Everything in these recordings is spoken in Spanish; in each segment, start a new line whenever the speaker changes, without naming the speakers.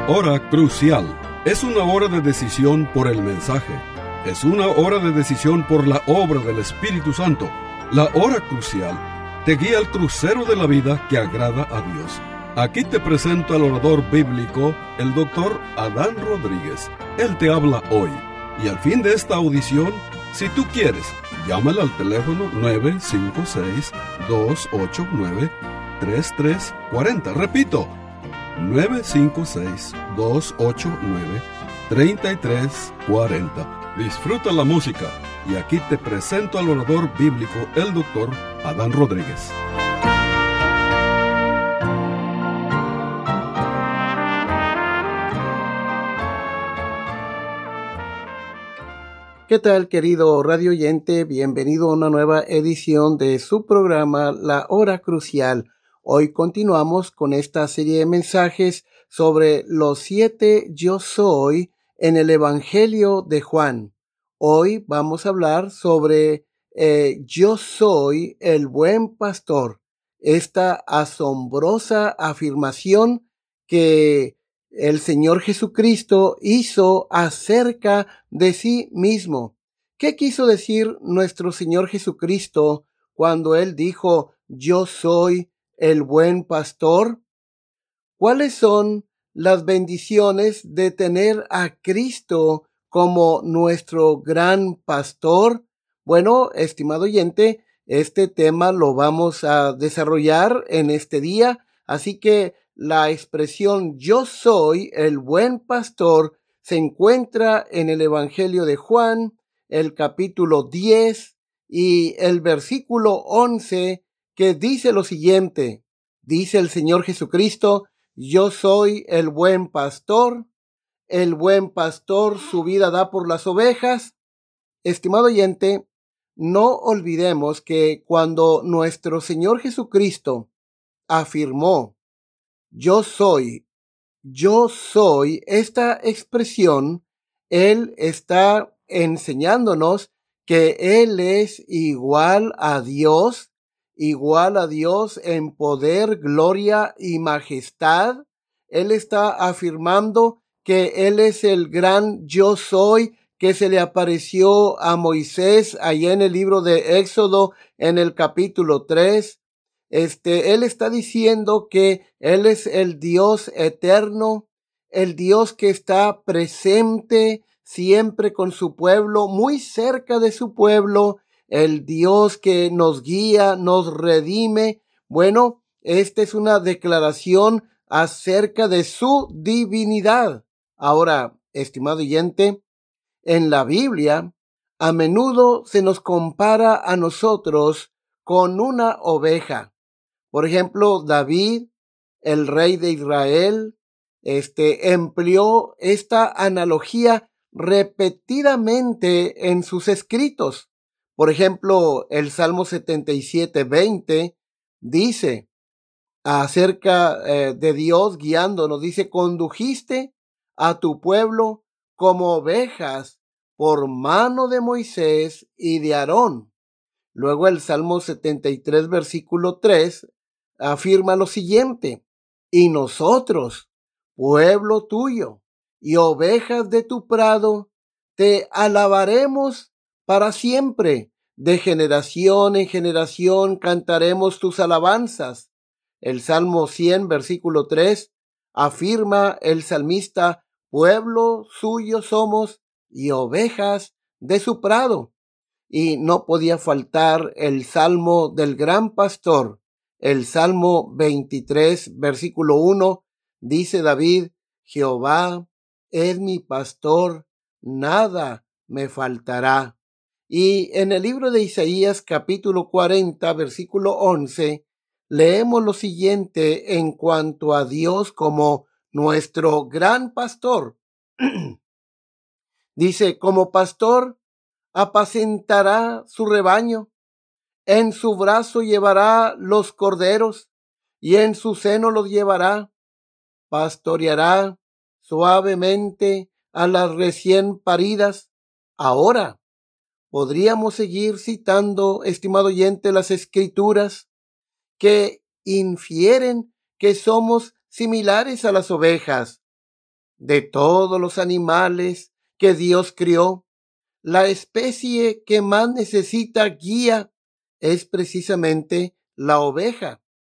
Hora crucial. Es una hora de decisión por el mensaje. Es una hora de decisión por la obra del Espíritu Santo. La hora crucial te guía al crucero de la vida que agrada a Dios. Aquí te presento al orador bíblico, el doctor Adán Rodríguez. Él te habla hoy. Y al fin de esta audición, si tú quieres, llámale al teléfono 956-289-3340. Repito, 956-289-3340. Disfruta la música y aquí te presento al orador bíblico, el doctor Adán Rodríguez.
¿Qué tal, querido radio oyente? Bienvenido a una nueva edición de su programa La Hora Crucial. Hoy continuamos con esta serie de mensajes sobre los 7 yo soy en el Evangelio de Juan. Hoy vamos a hablar sobre yo soy el buen pastor. Esta asombrosa afirmación que el Señor Jesucristo hizo acerca de sí mismo. ¿Qué quiso decir nuestro Señor Jesucristo cuando Él dijo, yo soy el buen pastor? ¿Cuáles son las bendiciones de tener a Cristo como nuestro gran pastor? Bueno, estimado oyente, este tema lo vamos a desarrollar en este día, así que la expresión yo soy el buen pastor se encuentra en el Evangelio de Juan, el capítulo 10 y el versículo 11, que dice lo siguiente. Dice el Señor Jesucristo, yo soy el buen pastor su vida da por las ovejas. Estimado oyente, no olvidemos que cuando nuestro Señor Jesucristo afirmó, yo soy, esta expresión, Él está enseñándonos que Él es igual a Dios en poder, gloria y majestad. Él está afirmando que Él es el gran yo soy que se le apareció a Moisés allá en el libro de Éxodo en el capítulo 3. Él está diciendo que Él es el Dios eterno, el Dios que está presente siempre con su pueblo, muy cerca de su pueblo, el Dios que nos guía, nos redime. Bueno, esta es una declaración acerca de su divinidad. Ahora, estimado oyente, en la Biblia, a menudo se nos compara a nosotros con una oveja. Por ejemplo, David, el rey de Israel, empleó esta analogía repetidamente en sus escritos. Por ejemplo, el Salmo 77:20 dice acerca de Dios guiándonos, dice, condujiste a tu pueblo como ovejas por mano de Moisés y de Aarón. Luego el Salmo 73, versículo 3, afirma lo siguiente, y nosotros, pueblo tuyo y ovejas de tu prado, te alabaremos para siempre. De generación en generación cantaremos tus alabanzas. El Salmo 100, versículo 3, afirma el salmista, pueblo suyo somos y ovejas de su prado. Y no podía faltar el Salmo del Gran Pastor. El Salmo 23, versículo 1, dice David, Jehová es mi pastor, nada me faltará. Y en el libro de Isaías, capítulo 40, versículo 11, leemos lo siguiente en cuanto a Dios como nuestro gran pastor. Dice, como pastor, apacentará su rebaño, en su brazo llevará los corderos, y en su seno los llevará, pastoreará suavemente a las recién paridas. Ahora, podríamos seguir citando, estimado oyente, las escrituras que infieren que somos similares a las ovejas. De todos los animales que Dios crió, la especie que más necesita guía es precisamente la oveja.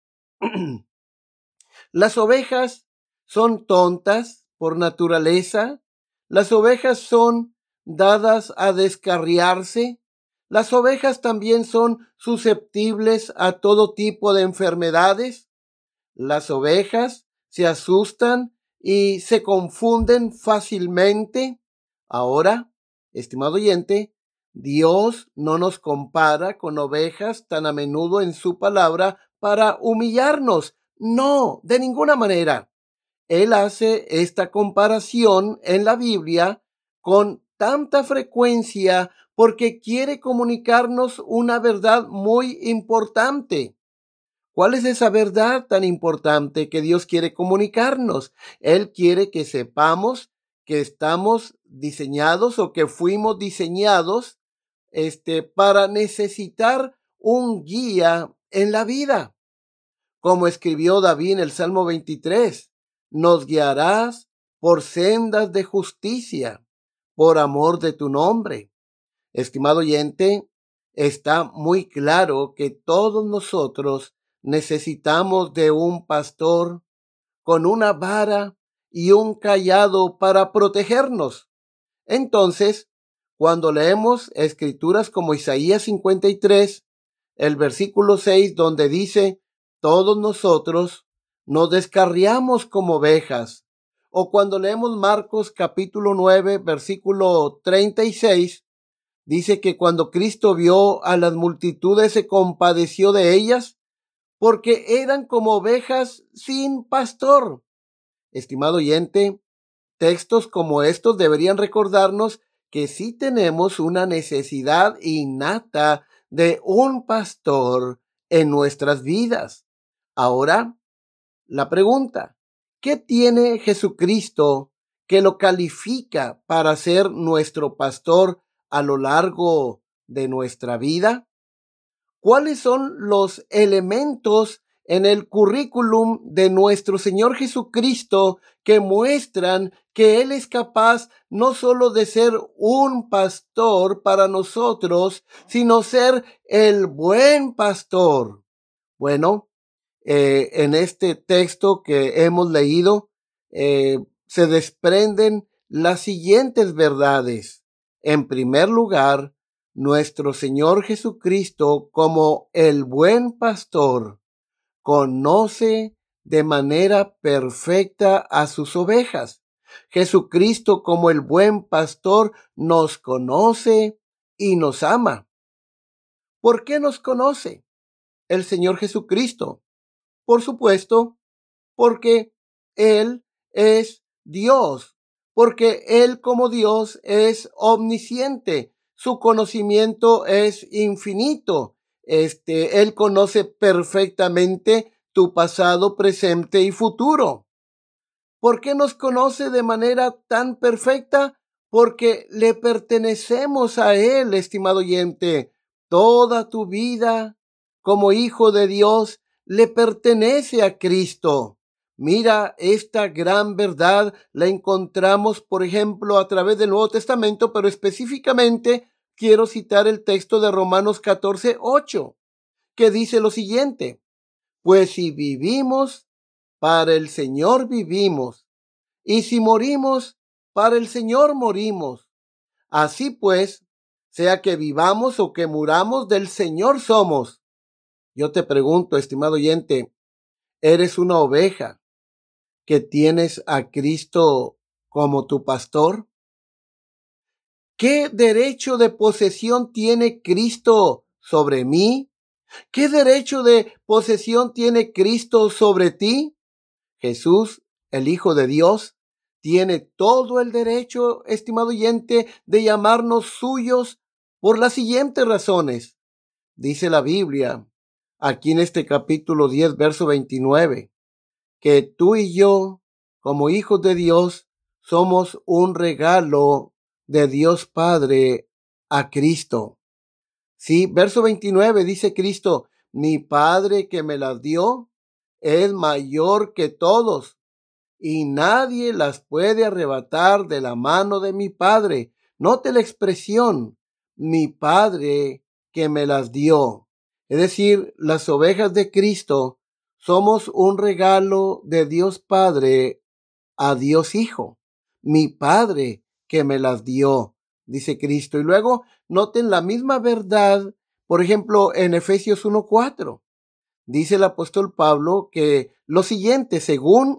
Las ovejas son tontas por naturaleza. Las ovejas son dadas a descarriarse. Las ovejas también son susceptibles a todo tipo de enfermedades. Las ovejas se asustan y se confunden fácilmente. Ahora, estimado oyente, Dios no nos compara con ovejas tan a menudo en su palabra para humillarnos. No, de ninguna manera. Él hace esta comparación en la Biblia con tanta frecuencia porque quiere comunicarnos una verdad muy importante. ¿Cuál es esa verdad tan importante que Dios quiere comunicarnos? Él quiere que sepamos que estamos diseñados o que fuimos diseñados para necesitar un guía en la vida. Como escribió David en el Salmo 23, nos guiarás por sendas de justicia, por amor de tu nombre. Estimado oyente, está muy claro que todos nosotros necesitamos de un pastor con una vara y un cayado para protegernos. Entonces, cuando leemos escrituras como Isaías 53, el versículo 6, donde dice, todos nosotros nos descarriamos como ovejas, o cuando leemos Marcos capítulo 9, versículo 36, dice que cuando Cristo vio a las multitudes se compadeció de ellas porque eran como ovejas sin pastor. Estimado oyente, textos como estos deberían recordarnos que sí tenemos una necesidad innata de un pastor en nuestras vidas. Ahora, la pregunta, ¿qué tiene Jesucristo que lo califica para ser nuestro pastor a lo largo de nuestra vida? ¿Cuáles son los elementos en el currículum de nuestro Señor Jesucristo que muestran que Él es capaz no solo de ser un pastor para nosotros, sino ser el buen pastor? Bueno, en este texto que hemos leído, se desprenden las siguientes verdades. En primer lugar, nuestro Señor Jesucristo, como el buen pastor, conoce de manera perfecta a sus ovejas. Jesucristo, como el buen pastor, nos conoce y nos ama. ¿Por qué nos conoce el Señor Jesucristo? Por supuesto, porque Él es Dios, porque Él como Dios es omnisciente, su conocimiento es infinito. Él conoce perfectamente tu pasado, presente y futuro. ¿Por qué nos conoce de manera tan perfecta? Porque le pertenecemos a Él, estimado oyente. Toda tu vida como hijo de Dios le pertenece a Cristo. Mira, esta gran verdad la encontramos, por ejemplo, a través del Nuevo Testamento, pero específicamente quiero citar el texto de Romanos 14:8, que dice lo siguiente: pues si vivimos, para el Señor vivimos, y si morimos, para el Señor morimos. Así pues, sea que vivamos o que muramos, del Señor somos. Yo te pregunto, estimado oyente, ¿eres una oveja que tienes a Cristo como tu pastor? ¿Qué derecho de posesión tiene Cristo sobre mí? ¿Qué derecho de posesión tiene Cristo sobre ti? Jesús, el Hijo de Dios, tiene todo el derecho, estimado oyente, de llamarnos suyos por las siguientes razones. Dice la Biblia, aquí en este capítulo 10, verso 29, que tú y yo, como hijos de Dios, somos un regalo de Dios Padre a Cristo. Sí, verso 29 dice Cristo, mi Padre que me las dio es mayor que todos y nadie las puede arrebatar de la mano de mi Padre. Note la expresión, mi Padre que me las dio. Es decir, las ovejas de Cristo somos un regalo de Dios Padre a Dios Hijo. Mi Padre que me las dio, dice Cristo. Y luego noten la misma verdad, por ejemplo, en Efesios 1:4. Dice el apóstol Pablo que lo siguiente, según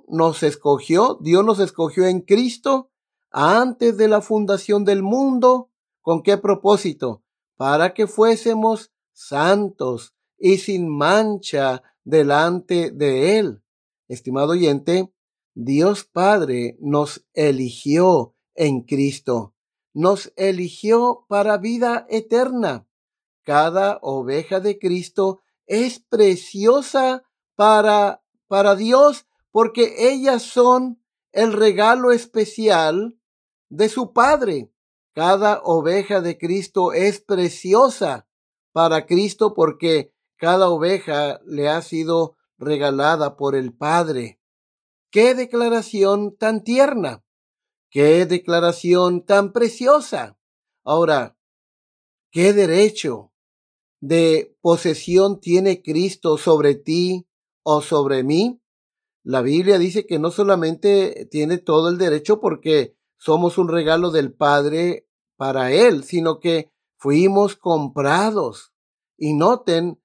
Dios nos escogió en Cristo antes de la fundación del mundo. ¿Con qué propósito? Para que fuésemos santos y sin mancha delante de Él. Estimado oyente, Dios Padre nos eligió en Cristo. Nos eligió para vida eterna. Cada oveja de Cristo es preciosa para Dios porque ellas son el regalo especial de su Padre. Cada oveja de Cristo es preciosa para Cristo porque cada oveja le ha sido regalada por el Padre. ¡Qué declaración tan tierna! ¡Qué declaración tan preciosa! Ahora, ¿qué derecho de posesión tiene Cristo sobre ti o sobre mí? La Biblia dice que no solamente tiene todo el derecho porque somos un regalo del Padre para Él, sino que fuimos comprados. Y noten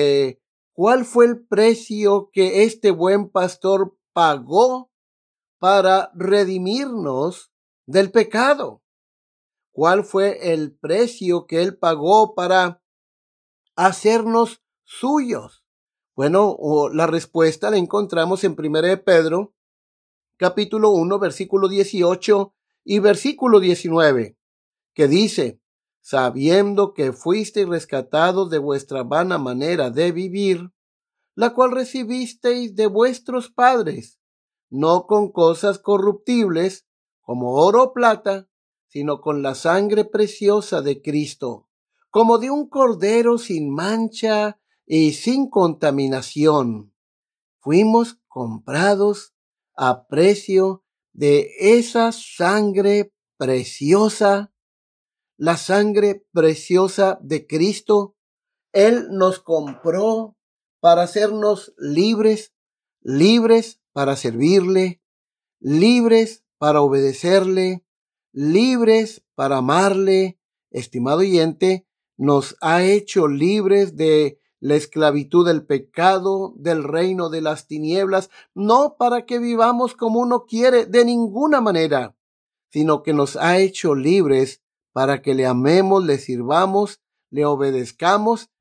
cuál fue el precio que este buen pastor pagó para redimirnos del pecado. ¿Cuál fue el precio que Él pagó para hacernos suyos? Bueno, la respuesta la encontramos en 1 de Pedro, capítulo 1, versículo 18 y versículo 19, que dice, sabiendo que fuisteis rescatados de vuestra vana manera de vivir, la cual recibisteis de vuestros padres, no con cosas corruptibles, como oro o plata, sino con la sangre preciosa de Cristo, como de un cordero sin mancha y sin contaminación. Fuimos comprados a precio de esa sangre preciosa, la sangre preciosa de Cristo. Él nos compró para hacernos libres, libres para servirle, libres para obedecerle, libres para amarle. Estimado oyente, nos ha hecho libres de la esclavitud del pecado, del reino de las tinieblas, no para que vivamos como uno quiere, de ninguna manera, sino que nos ha hecho libres para que le amemos, le sirvamos, le obedezcamos.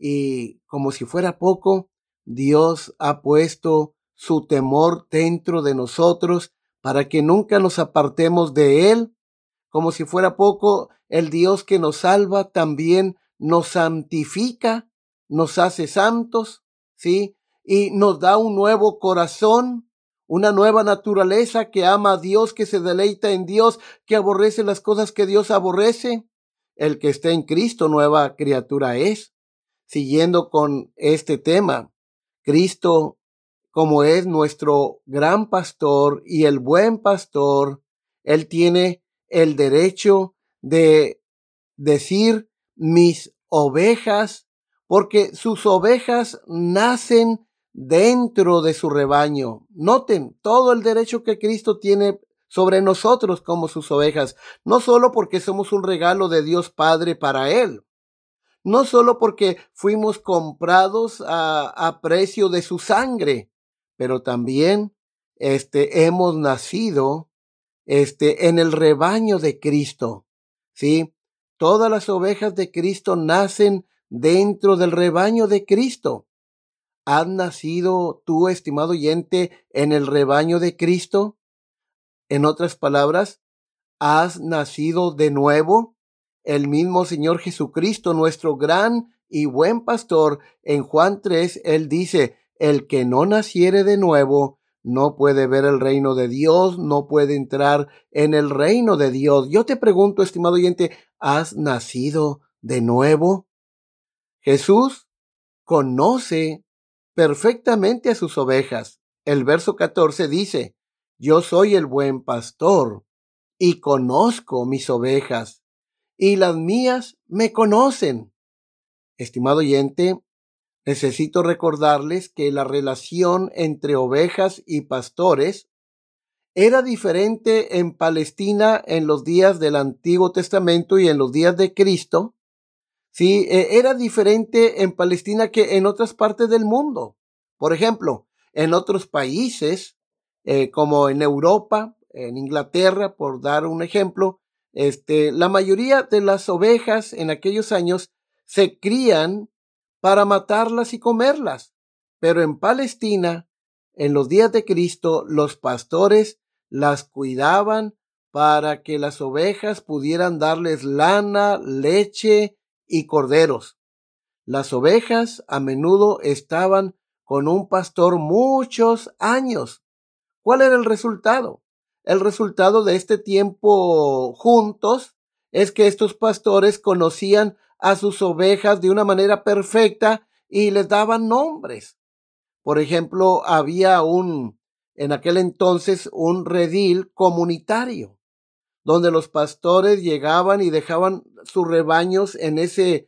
Y como si fuera poco, Dios ha puesto su temor dentro de nosotros para que nunca nos apartemos de Él. Como si fuera poco, el Dios que nos salva también nos santifica, nos hace santos, ¿sí? Y nos da un nuevo corazón, una nueva naturaleza que ama a Dios, que se deleita en Dios, que aborrece las cosas que Dios aborrece. El que está en Cristo, nueva criatura es. Siguiendo con este tema, Cristo, como es nuestro gran pastor y el buen pastor, Él tiene el derecho de decir mis ovejas, porque sus ovejas nacen dentro de su rebaño. Noten todo el derecho que Cristo tiene sobre nosotros como sus ovejas, no solo porque somos un regalo de Dios Padre para Él, no solo porque fuimos comprados a precio de su sangre, pero también hemos nacido en el rebaño de Cristo. ¿Sí? Todas las ovejas de Cristo nacen dentro del rebaño de Cristo. ¿Has nacido tú, estimado oyente, en el rebaño de Cristo? En otras palabras, ¿has nacido de nuevo? El mismo Señor Jesucristo, nuestro gran y buen pastor, en Juan 3, Él dice, el que no naciere de nuevo no puede ver el reino de Dios, no puede entrar en el reino de Dios. Yo te pregunto, estimado oyente, ¿has nacido de nuevo? Jesús conoce perfectamente a sus ovejas. El verso 14 dice, Yo soy el buen pastor y conozco mis ovejas, y las mías me conocen. Estimado oyente, necesito recordarles que la relación entre ovejas y pastores era diferente en Palestina en los días del Antiguo Testamento y en los días de Cristo. Sí, era diferente en Palestina que en otras partes del mundo. Por ejemplo, en otros países, como en Europa, en Inglaterra, por dar un ejemplo, la mayoría de las ovejas en aquellos años se crían para matarlas y comerlas. Pero en Palestina, en los días de Cristo, los pastores las cuidaban para que las ovejas pudieran darles lana, leche y corderos. Las ovejas a menudo estaban con un pastor muchos años. ¿Cuál era el resultado? El resultado de este tiempo juntos es que estos pastores conocían a sus ovejas de una manera perfecta y les daban nombres. Por ejemplo, había en aquel entonces un redil comunitario, donde los pastores llegaban y dejaban sus rebaños en ese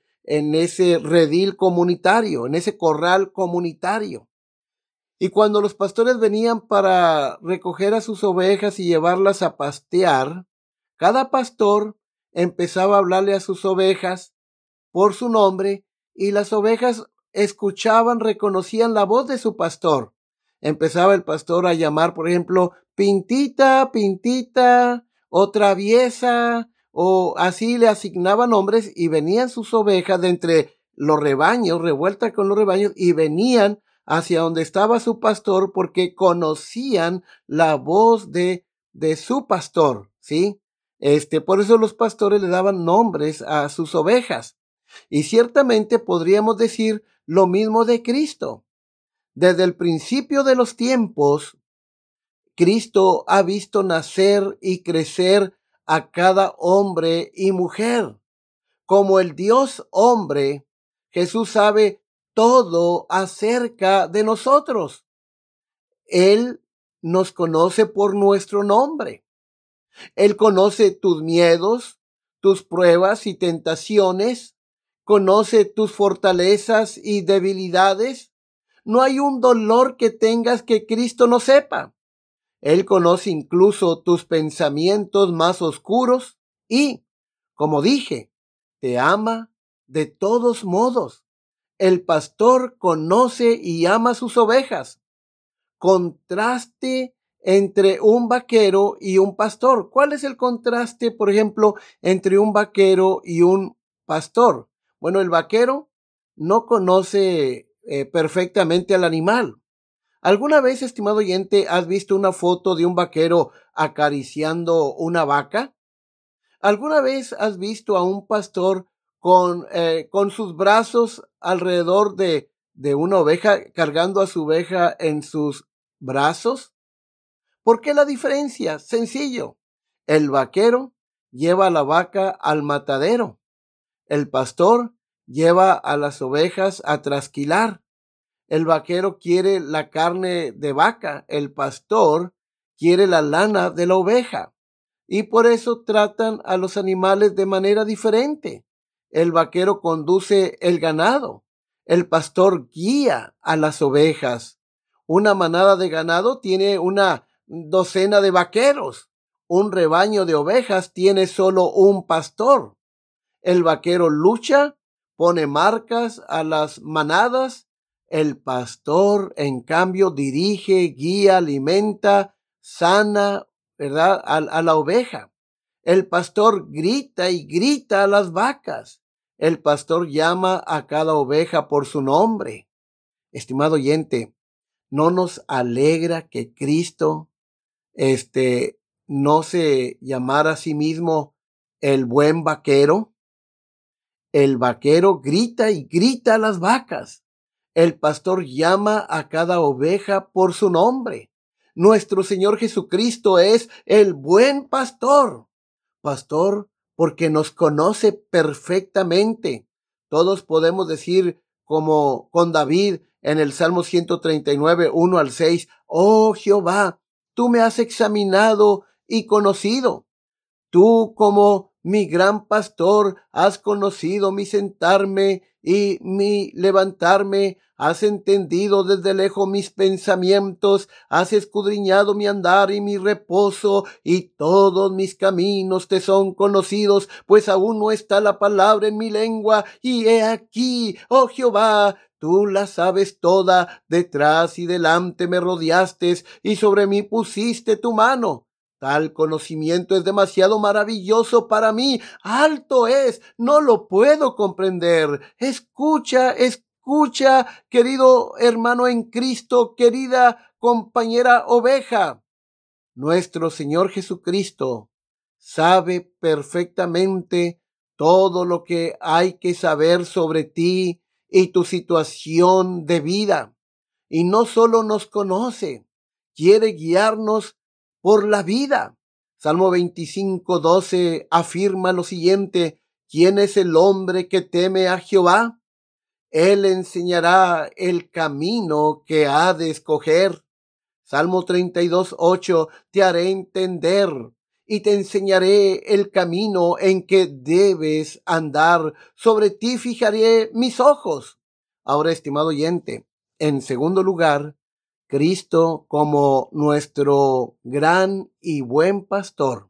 redil comunitario, en ese corral comunitario. Y cuando los pastores venían para recoger a sus ovejas y llevarlas a pastear, cada pastor empezaba a hablarle a sus ovejas por su nombre, y las ovejas escuchaban, reconocían la voz de su pastor. Empezaba el pastor a llamar, por ejemplo, Pintita, Pintita, o Traviesa, o así le asignaba nombres, y venían sus ovejas de entre los rebaños, revueltas con los rebaños, y venían hacia donde estaba su pastor porque conocían la voz de su pastor, ¿sí? Por eso los pastores le daban nombres a sus ovejas. Y ciertamente podríamos decir lo mismo de Cristo. Desde el principio de los tiempos, Cristo ha visto nacer y crecer a cada hombre y mujer. Como el Dios hombre, Jesús sabe todo acerca de nosotros. Él nos conoce por nuestro nombre. Él conoce tus miedos, tus pruebas y tentaciones. Conoce tus fortalezas y debilidades. No hay un dolor que tengas que Cristo no sepa. Él conoce incluso tus pensamientos más oscuros y, como dije, te ama de todos modos. El pastor conoce y ama sus ovejas. Contraste entre un vaquero y un pastor. ¿Cuál es el contraste, por ejemplo, entre un vaquero y un pastor? Bueno, el vaquero no conoce perfectamente al animal. ¿Alguna vez, estimado oyente, has visto una foto de un vaquero acariciando una vaca? ¿Alguna vez has visto a un pastor con sus brazos alrededor de una oveja, cargando a su oveja en sus brazos? ¿Por qué la diferencia? Sencillo. El vaquero lleva a la vaca al matadero. El pastor lleva a las ovejas a trasquilar. El vaquero quiere la carne de vaca. El pastor quiere la lana de la oveja. Y por eso tratan a los animales de manera diferente. El vaquero conduce el ganado. El pastor guía a las ovejas. Una manada de ganado tiene una docena de vaqueros. Un rebaño de ovejas tiene solo un pastor. El vaquero lucha, pone marcas a las manadas. El pastor, en cambio, dirige, guía, alimenta, sana, ¿verdad? A la oveja. El pastor grita y grita a las vacas. El pastor llama a cada oveja por su nombre. Estimado oyente, ¿no nos alegra que Cristo, no se llamara a sí mismo el buen vaquero? El vaquero grita y grita a las vacas. El pastor llama a cada oveja por su nombre. Nuestro Señor Jesucristo es el buen pastor. Pastor, porque nos conoce perfectamente. Todos podemos decir, como con David en el Salmo 139, 1 al 6, oh Jehová, tú me has examinado y conocido. Tú, como mi gran pastor, has conocido mi sentarme y mi levantarme, has entendido desde lejos mis pensamientos, has escudriñado mi andar y mi reposo, y todos mis caminos te son conocidos, pues aún no está la palabra en mi lengua, y he aquí, oh Jehová, tú la sabes toda, detrás y delante me rodeaste, y sobre mí pusiste tu mano. Tal conocimiento es demasiado maravilloso para mí, alto es, no lo puedo comprender. Escucha, querido hermano en Cristo, querida compañera oveja. Nuestro Señor Jesucristo sabe perfectamente todo lo que hay que saber sobre ti y tu situación de vida. Y no solo nos conoce, quiere guiarnos por la vida. Salmo 25:12 afirma lo siguiente: ¿quién es el hombre que teme a Jehová? Él enseñará el camino que ha de escoger. Salmo 32:8, te haré entender y te enseñaré el camino en que debes andar. Sobre ti fijaré mis ojos. Ahora, estimado oyente, en segundo lugar, Cristo como nuestro gran y buen pastor.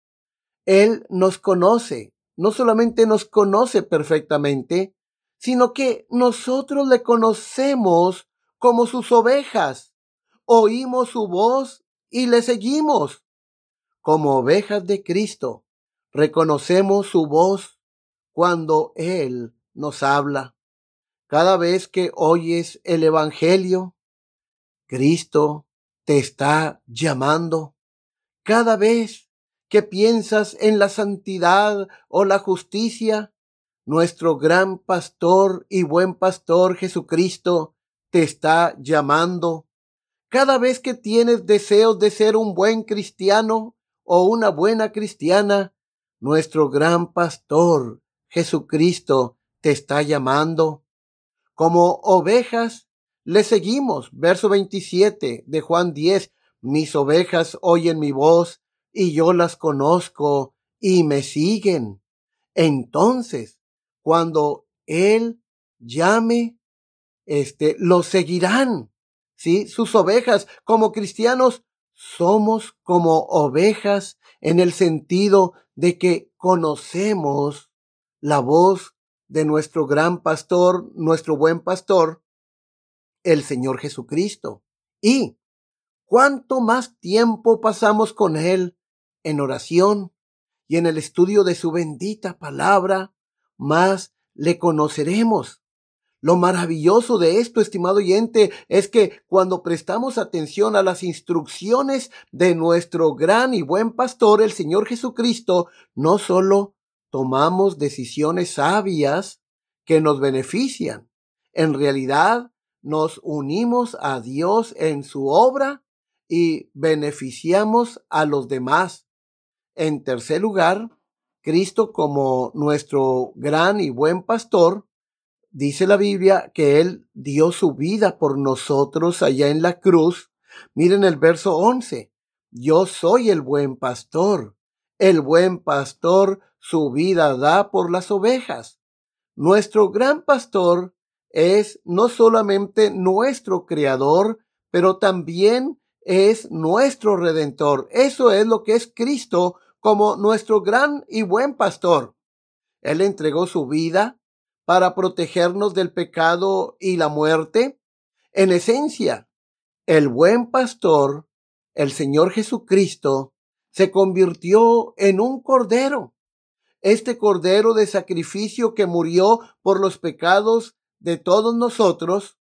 Él nos conoce, no solamente nos conoce perfectamente, sino que nosotros le conocemos como sus ovejas. Oímos su voz y le seguimos. Como ovejas de Cristo, reconocemos su voz cuando Él nos habla. Cada vez que oyes el Evangelio, Cristo te está llamando. Cada vez que piensas en la santidad o la justicia, nuestro gran pastor y buen pastor Jesucristo te está llamando. Cada vez que tienes deseos de ser un buen cristiano o una buena cristiana, nuestro gran pastor Jesucristo te está llamando. Como ovejas le seguimos. Verso 27 de Juan 10. Mis ovejas oyen mi voz y yo las conozco y me siguen. Entonces, cuando Él llame, los seguirán. ¿Sí? Sus ovejas. Como cristianos somos como ovejas en el sentido de que conocemos la voz de nuestro gran pastor, nuestro buen pastor, el Señor Jesucristo. Y cuánto más tiempo pasamos con Él en oración y en el estudio de su bendita palabra, más le conoceremos. Lo maravilloso de esto, estimado oyente, es que cuando prestamos atención a las instrucciones de nuestro gran y buen pastor, el Señor Jesucristo, no solo tomamos decisiones sabias que nos benefician, en realidad nos unimos a Dios en su obra y beneficiamos a los demás. En tercer lugar, Cristo como nuestro gran y buen pastor, dice la Biblia que Él dio su vida por nosotros allá en la cruz. Miren el verso 11. Yo soy el buen pastor. El buen pastor su vida da por las ovejas. Nuestro gran pastor es no solamente nuestro creador, pero también es nuestro redentor. Eso es lo que es Cristo como nuestro gran y buen pastor. Él entregó su vida para protegernos del pecado y la muerte. En esencia, el buen pastor, el Señor Jesucristo, se convirtió en un cordero. Este cordero de sacrificio que murió por los pecados de todos nosotros.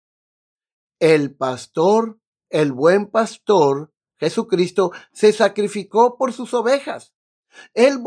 El pastor, el buen pastor, Jesucristo, se sacrificó por sus ovejas. Él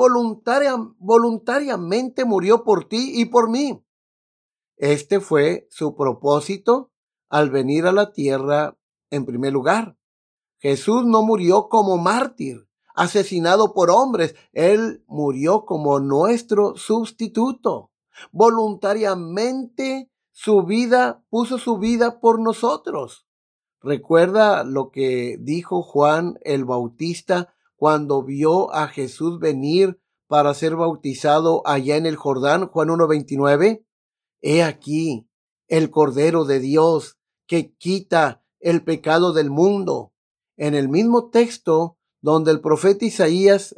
voluntariamente murió por ti y por mí. Este fue su propósito al venir a la tierra en primer lugar. Jesús no murió como mártir, asesinado por hombres. Él murió como nuestro sustituto. Voluntariamente puso su vida por nosotros. Recuerda lo que dijo Juan el Bautista cuando vio a Jesús venir para ser bautizado allá en el Jordán, Juan 1:29. He aquí el Cordero de Dios que quita el pecado del mundo. En el mismo texto donde el profeta Isaías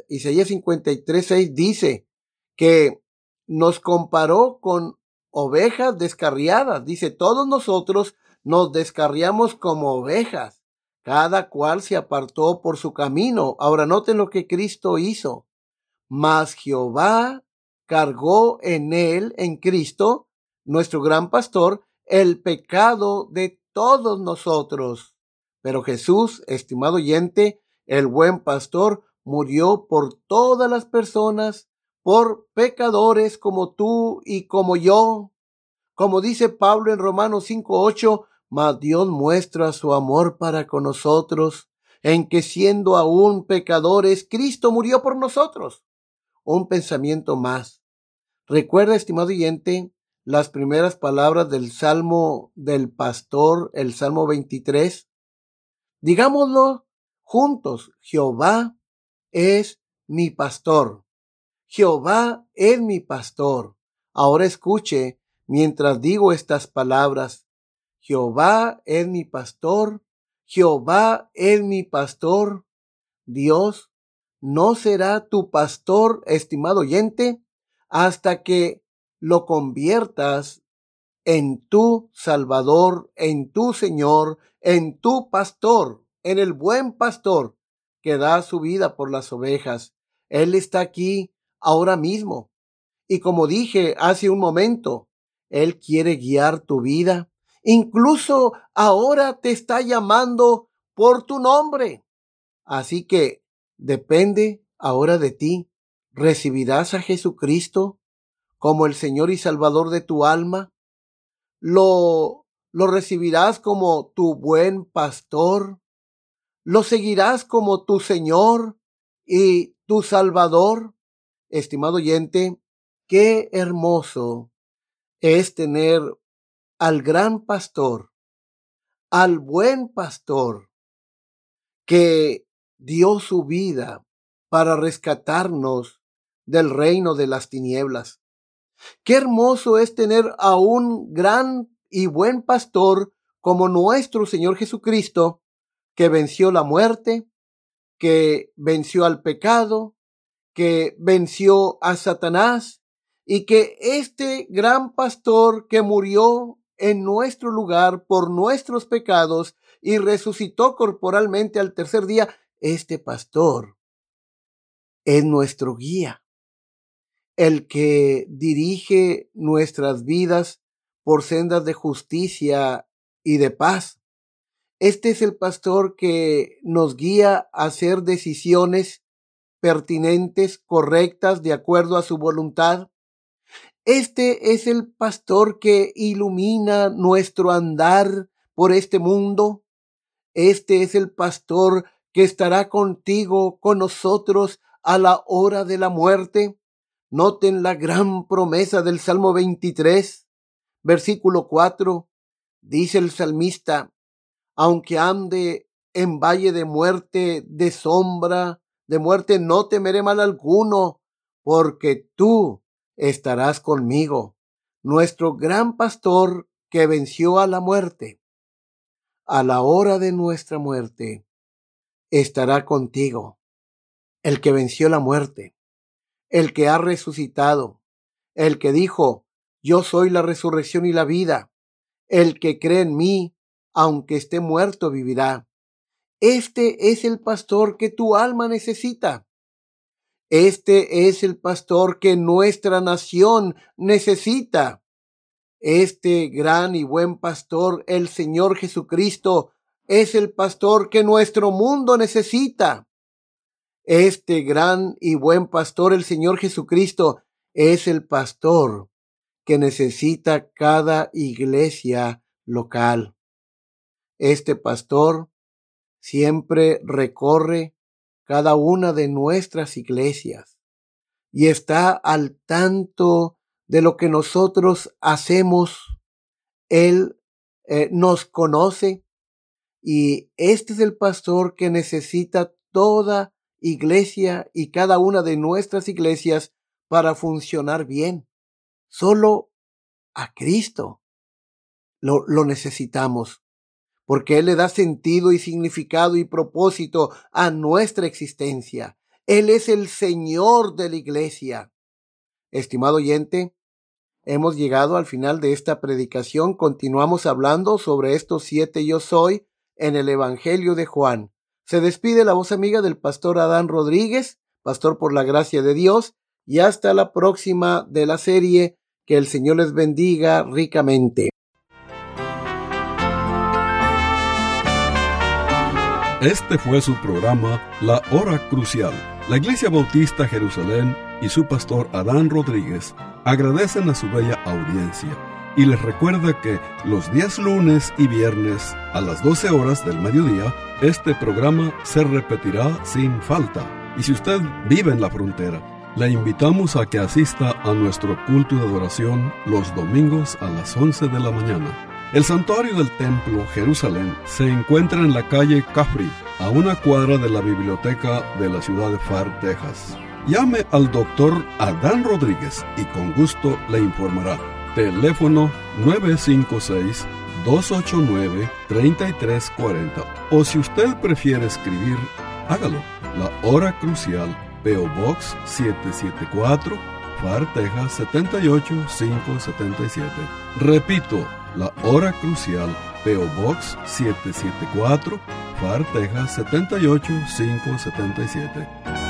53:6 dice que nos comparó con ovejas descarriadas. Dice, todos nosotros nos descarriamos como ovejas. Cada cual se apartó por su camino. Ahora noten lo que Cristo hizo. Mas Jehová cargó en él, en Cristo, nuestro gran pastor, el pecado de todos nosotros. Pero Jesús, estimado oyente, el buen pastor, murió por todas las personas, por pecadores como tú y como yo. Como dice Pablo en Romanos 5:8, mas Dios muestra su amor para con nosotros, en que siendo aún pecadores, Cristo murió por nosotros. Un pensamiento más. Recuerda, estimado oyente, las primeras palabras del Salmo del Pastor, el Salmo 23. Digámoslo juntos: Jehová es mi pastor. Jehová es mi pastor. Ahora escuche mientras digo estas palabras. Jehová es mi pastor. Jehová es mi pastor. Dios no será tu pastor, estimado oyente, hasta que lo conviertas en tu Salvador, en tu Señor, en tu pastor, en el buen pastor que da su vida por las ovejas. Él está aquí ahora mismo. Y como dije hace un momento, Él quiere guiar tu vida. Incluso ahora te está llamando por tu nombre. Así que depende ahora de ti. ¿Recibirás a Jesucristo como el Señor y Salvador de tu alma? ¿Lo recibirás como tu buen pastor? ¿Lo seguirás como tu Señor y tu Salvador? Estimado oyente, qué hermoso es tener al gran pastor, al buen pastor, que dio su vida para rescatarnos del reino de las tinieblas. Qué hermoso es tener a un gran y buen pastor como nuestro Señor Jesucristo, que venció la muerte, que venció al pecado, que venció a Satanás, y que este gran pastor que murió en nuestro lugar por nuestros pecados y resucitó corporalmente al tercer día, este pastor es nuestro guía, el que dirige nuestras vidas por sendas de justicia y de paz. Este es el pastor que nos guía a hacer decisiones pertinentes, correctas, de acuerdo a su voluntad. Este es el pastor que ilumina nuestro andar por este mundo. Este es el pastor que estará contigo, con nosotros, a la hora de la muerte. Noten la gran promesa del Salmo 23, versículo 4. Dice el salmista: aunque ande en valle de muerte, de sombra, de muerte, no temeré mal alguno, porque tú estarás conmigo. Nuestro gran pastor que venció a la muerte, a la hora de nuestra muerte, estará contigo. El que venció la muerte, el que ha resucitado, el que dijo: yo soy la resurrección y la vida. El que cree en mí, aunque esté muerto, vivirá. Este es el pastor que tu alma necesita. Este es el pastor que nuestra nación necesita. Este gran y buen pastor, el Señor Jesucristo, es el pastor que nuestro mundo necesita. Este gran y buen pastor, el Señor Jesucristo, es el pastor que necesita cada iglesia local. Este pastor siempre recorre cada una de nuestras iglesias y está al tanto de lo que nosotros hacemos. Él nos conoce Y este es el pastor que necesita toda iglesia y cada una de nuestras iglesias para funcionar bien. Solo a Cristo lo necesitamos, porque Él le da sentido y significado y propósito a nuestra existencia. Él es el Señor de la iglesia. Estimado oyente, hemos llegado al final de esta predicación. Continuamos hablando sobre estos 7 yo soy en el Evangelio de Juan. Se despide la voz amiga del pastor Adán Rodríguez, pastor por la gracia de Dios, y hasta la próxima de la serie. Que el Señor les bendiga ricamente.
Este fue su programa La Hora Crucial. La Iglesia Bautista Jerusalén y su pastor Adán Rodríguez agradecen a su bella audiencia y les recuerda que los días lunes y viernes a las 12 horas del mediodía este programa se repetirá sin falta. Y si usted vive en la frontera, le invitamos a que asista a nuestro culto de adoración los domingos a las 11 de la mañana. El santuario del Templo Jerusalén se encuentra en la calle Caffrey, a una cuadra de la biblioteca de la ciudad de Pharr, Texas. Llame al doctor Adán Rodríguez y con gusto le informará. Teléfono 956-289-3340. O si usted prefiere escribir, hágalo. La Hora Crucial, P.O. Box 774, Pharr, Texas 78577. Repito, La Hora Crucial, P.O. Box 774, Pharr, Texas 78577.